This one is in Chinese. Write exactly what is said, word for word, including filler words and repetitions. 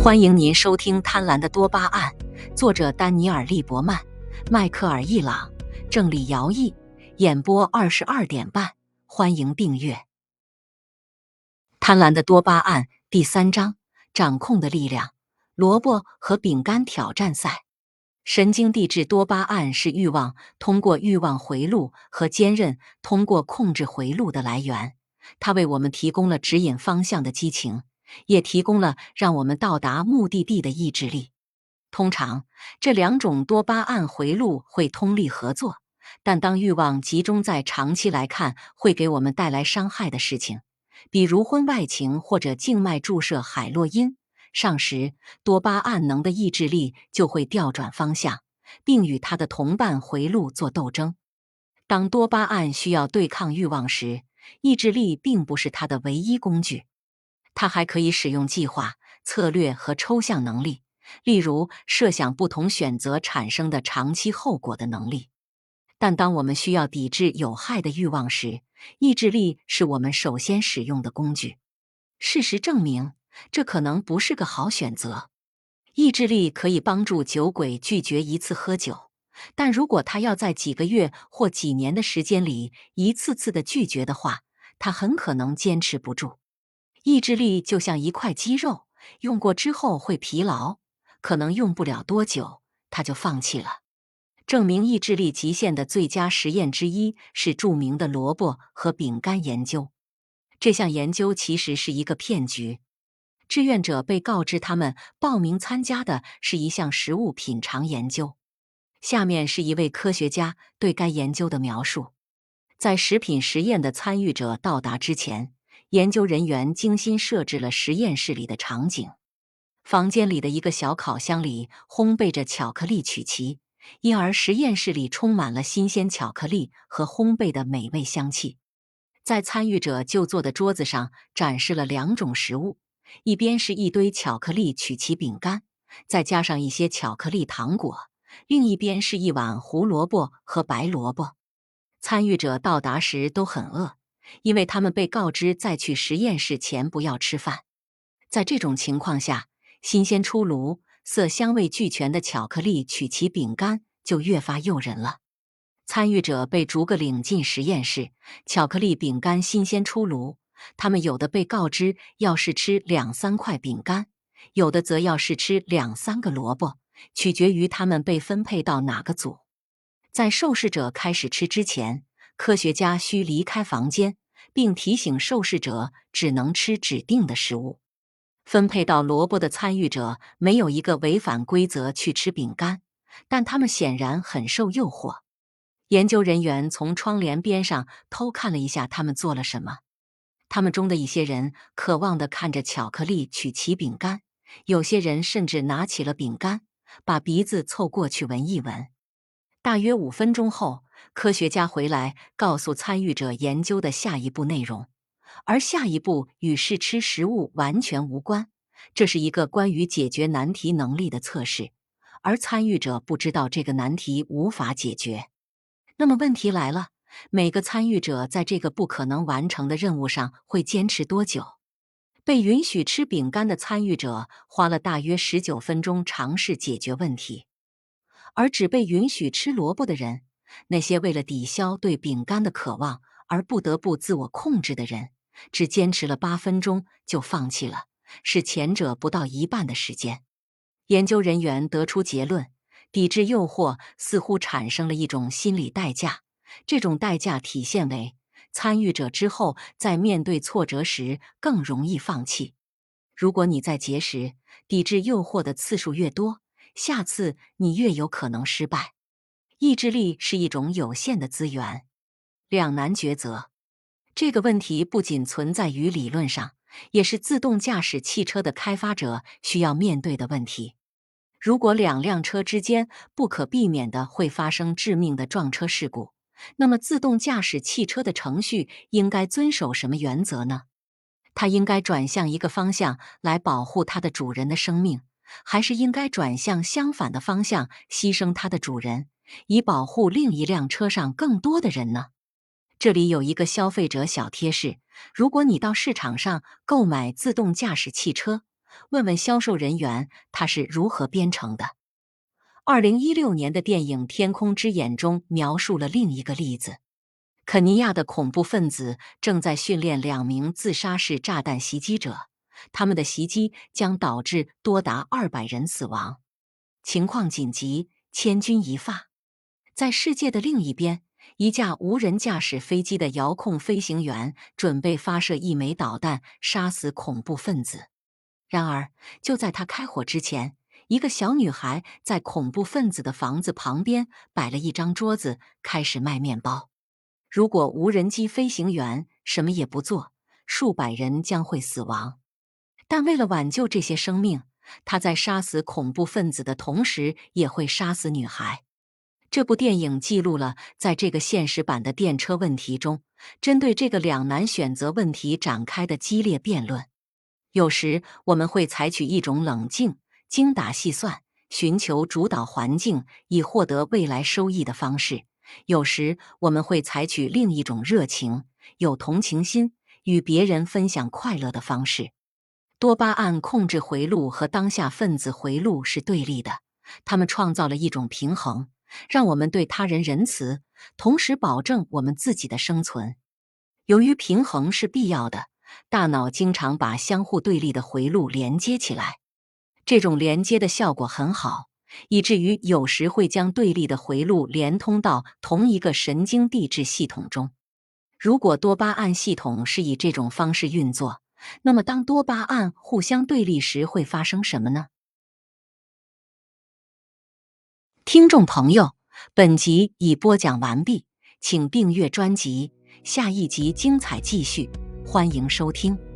欢迎您收听《贪婪的多巴胺》，作者丹尼尔·利伯曼、迈克尔·易朗，郑理尧译，演播二十二点半。欢迎订阅《贪婪的多巴胺》第三章：掌控的力量。萝卜和饼干挑战赛。神经递质多巴胺是欲望通过欲望回路和坚韧通过控制回路的来源，它为我们提供了指引方向的激情，也提供了让我们到达目的地的意志力。通常，这两种多巴胺回路会通力合作，但当欲望集中在长期来看会给我们带来伤害的事情，比如婚外情或者静脉注射海洛因上时，多巴胺能的意志力就会调转方向，并与它的同伴回路做斗争。当多巴胺需要对抗欲望时，意志力并不是它的唯一工具。它还可以使用计划、策略和抽象能力，例如设想不同选择产生的长期后果的能力。但当我们需要抵制有害的欲望时，意志力是我们首先使用的工具。事实证明，这可能不是个好选择。意志力可以帮助酒鬼拒绝一次喝酒，但如果他要在几个月或几年的时间里一次次的拒绝的话，他很可能坚持不住。意志力就像一块肌肉，用过之后会疲劳，可能用不了多久，他就放弃了。证明意志力极限的最佳实验之一是著名的萝卜和饼干研究。这项研究其实是一个骗局。志愿者被告知他们报名参加的是一项食物品尝研究。下面是一位科学家对该研究的描述。在食品实验的参与者到达之前，研究人员精心设置了实验室里的场景。房间里的一个小烤箱里烘焙着巧克力曲奇，因而实验室里充满了新鲜巧克力和烘焙的美味香气。在参与者就坐的桌子上展示了两种食物，一边是一堆巧克力曲奇饼干，再加上一些巧克力糖果，另一边是一碗胡萝卜和白萝卜。参与者到达时都很饿，因为他们被告知在去实验室前不要吃饭。在这种情况下，新鲜出炉、色香味俱全的巧克力曲奇饼干就越发诱人了。参与者被逐个领进实验室，巧克力饼干新鲜出炉，他们有的被告知要试吃两三块饼干，有的则要试吃两三个萝卜，取决于他们被分配到哪个组。在受试者开始吃之前，科学家需离开房间，并提醒受试者只能吃指定的食物。分配到萝卜的参与者没有一个违反规则去吃饼干，但他们显然很受诱惑。研究人员从窗帘边上偷看了一下他们做了什么。他们中的一些人渴望地看着巧克力曲奇饼干，有些人甚至拿起了饼干，把鼻子凑过去闻一闻。大约五分钟后，科学家回来告诉参与者研究的下一步内容，而下一步与试吃食物完全无关。这是一个关于解决难题能力的测试，而参与者不知道这个难题无法解决。那么问题来了，每个参与者在这个不可能完成的任务上会坚持多久？被允许吃饼干的参与者花了大约十九分钟尝试解决问题，而只被允许吃萝卜的人，那些为了抵消对饼干的渴望而不得不自我控制的人，只坚持了八分钟就放弃了，是前者不到一半的时间。研究人员得出结论，抵制诱惑似乎产生了一种心理代价，这种代价体现为参与者之后在面对挫折时更容易放弃。如果你在节食，抵制诱惑的次数越多，下次你越有可能失败。意志力是一种有限的资源。两难抉择。这个问题不仅存在于理论上，也是自动驾驶汽车的开发者需要面对的问题。如果两辆车之间不可避免地会发生致命的撞车事故，那么自动驾驶汽车的程序应该遵守什么原则呢？它应该转向一个方向来保护它的主人的生命，还是应该转向相反的方向牺牲它的主人，以保护另一辆车上更多的人呢？这里有一个消费者小贴士，如果你到市场上购买自动驾驶汽车， 问问销售人员它是如何编程的。二零一六年的电影《天空之眼》中描述了另一个例子：肯尼亚的恐怖分子正在训练两名自杀式炸弹袭击者，他们的袭击将导致多达二百人死亡，情况紧急，千钧一发。在世界的另一边，一架无人驾驶飞机的遥控飞行员准备发射一枚导弹，杀死恐怖分子。然而，就在他开火之前，一个小女孩在恐怖分子的房子旁边摆了一张桌子，开始卖面包。如果无人机飞行员什么也不做，数百人将会死亡。但为了挽救这些生命，他在杀死恐怖分子的同时，也会杀死女孩。这部电影记录了在这个现实版的电车问题中，针对这个两难选择问题展开的激烈辩论。有时我们会采取一种冷静、精打细算、寻求主导环境以获得未来收益的方式；有时我们会采取另一种热情、有同情心、与别人分享快乐的方式。多巴胺控制回路和当下分子回路是对立的，它们创造了一种平衡，让我们对他人仁慈，同时保证我们自己的生存。由于平衡是必要的，大脑经常把相互对立的回路连接起来，这种连接的效果很好，以至于有时会将对立的回路连通到同一个神经递质系统中。如果多巴胺系统是以这种方式运作，那么当多巴胺互相对立时会发生什么呢？听众朋友，本集已播讲完毕，请订阅专辑，下一集精彩继续，欢迎收听。